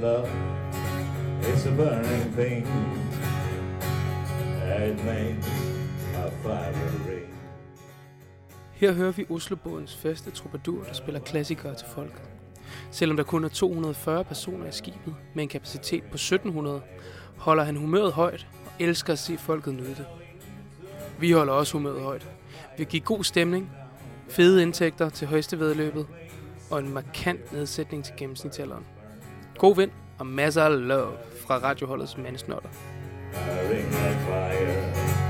love, it's a burning thing. It makes a fire ring. Her hører vi Oslobådens faste troubadour, der spiller klassikere til folket. Selvom der kun er 240 personer i skibet med en kapacitet på 1700, holder han humøret højt og elsker at se folket nyde det. Vi holder også humøret højt. Vi giver god stemning, fede indtægter til højestevæddeløbet og en markant nedsætning til gennemsnitsalderen. God vind og masser af love fra radioholdets mandsnotter. A ring of fire.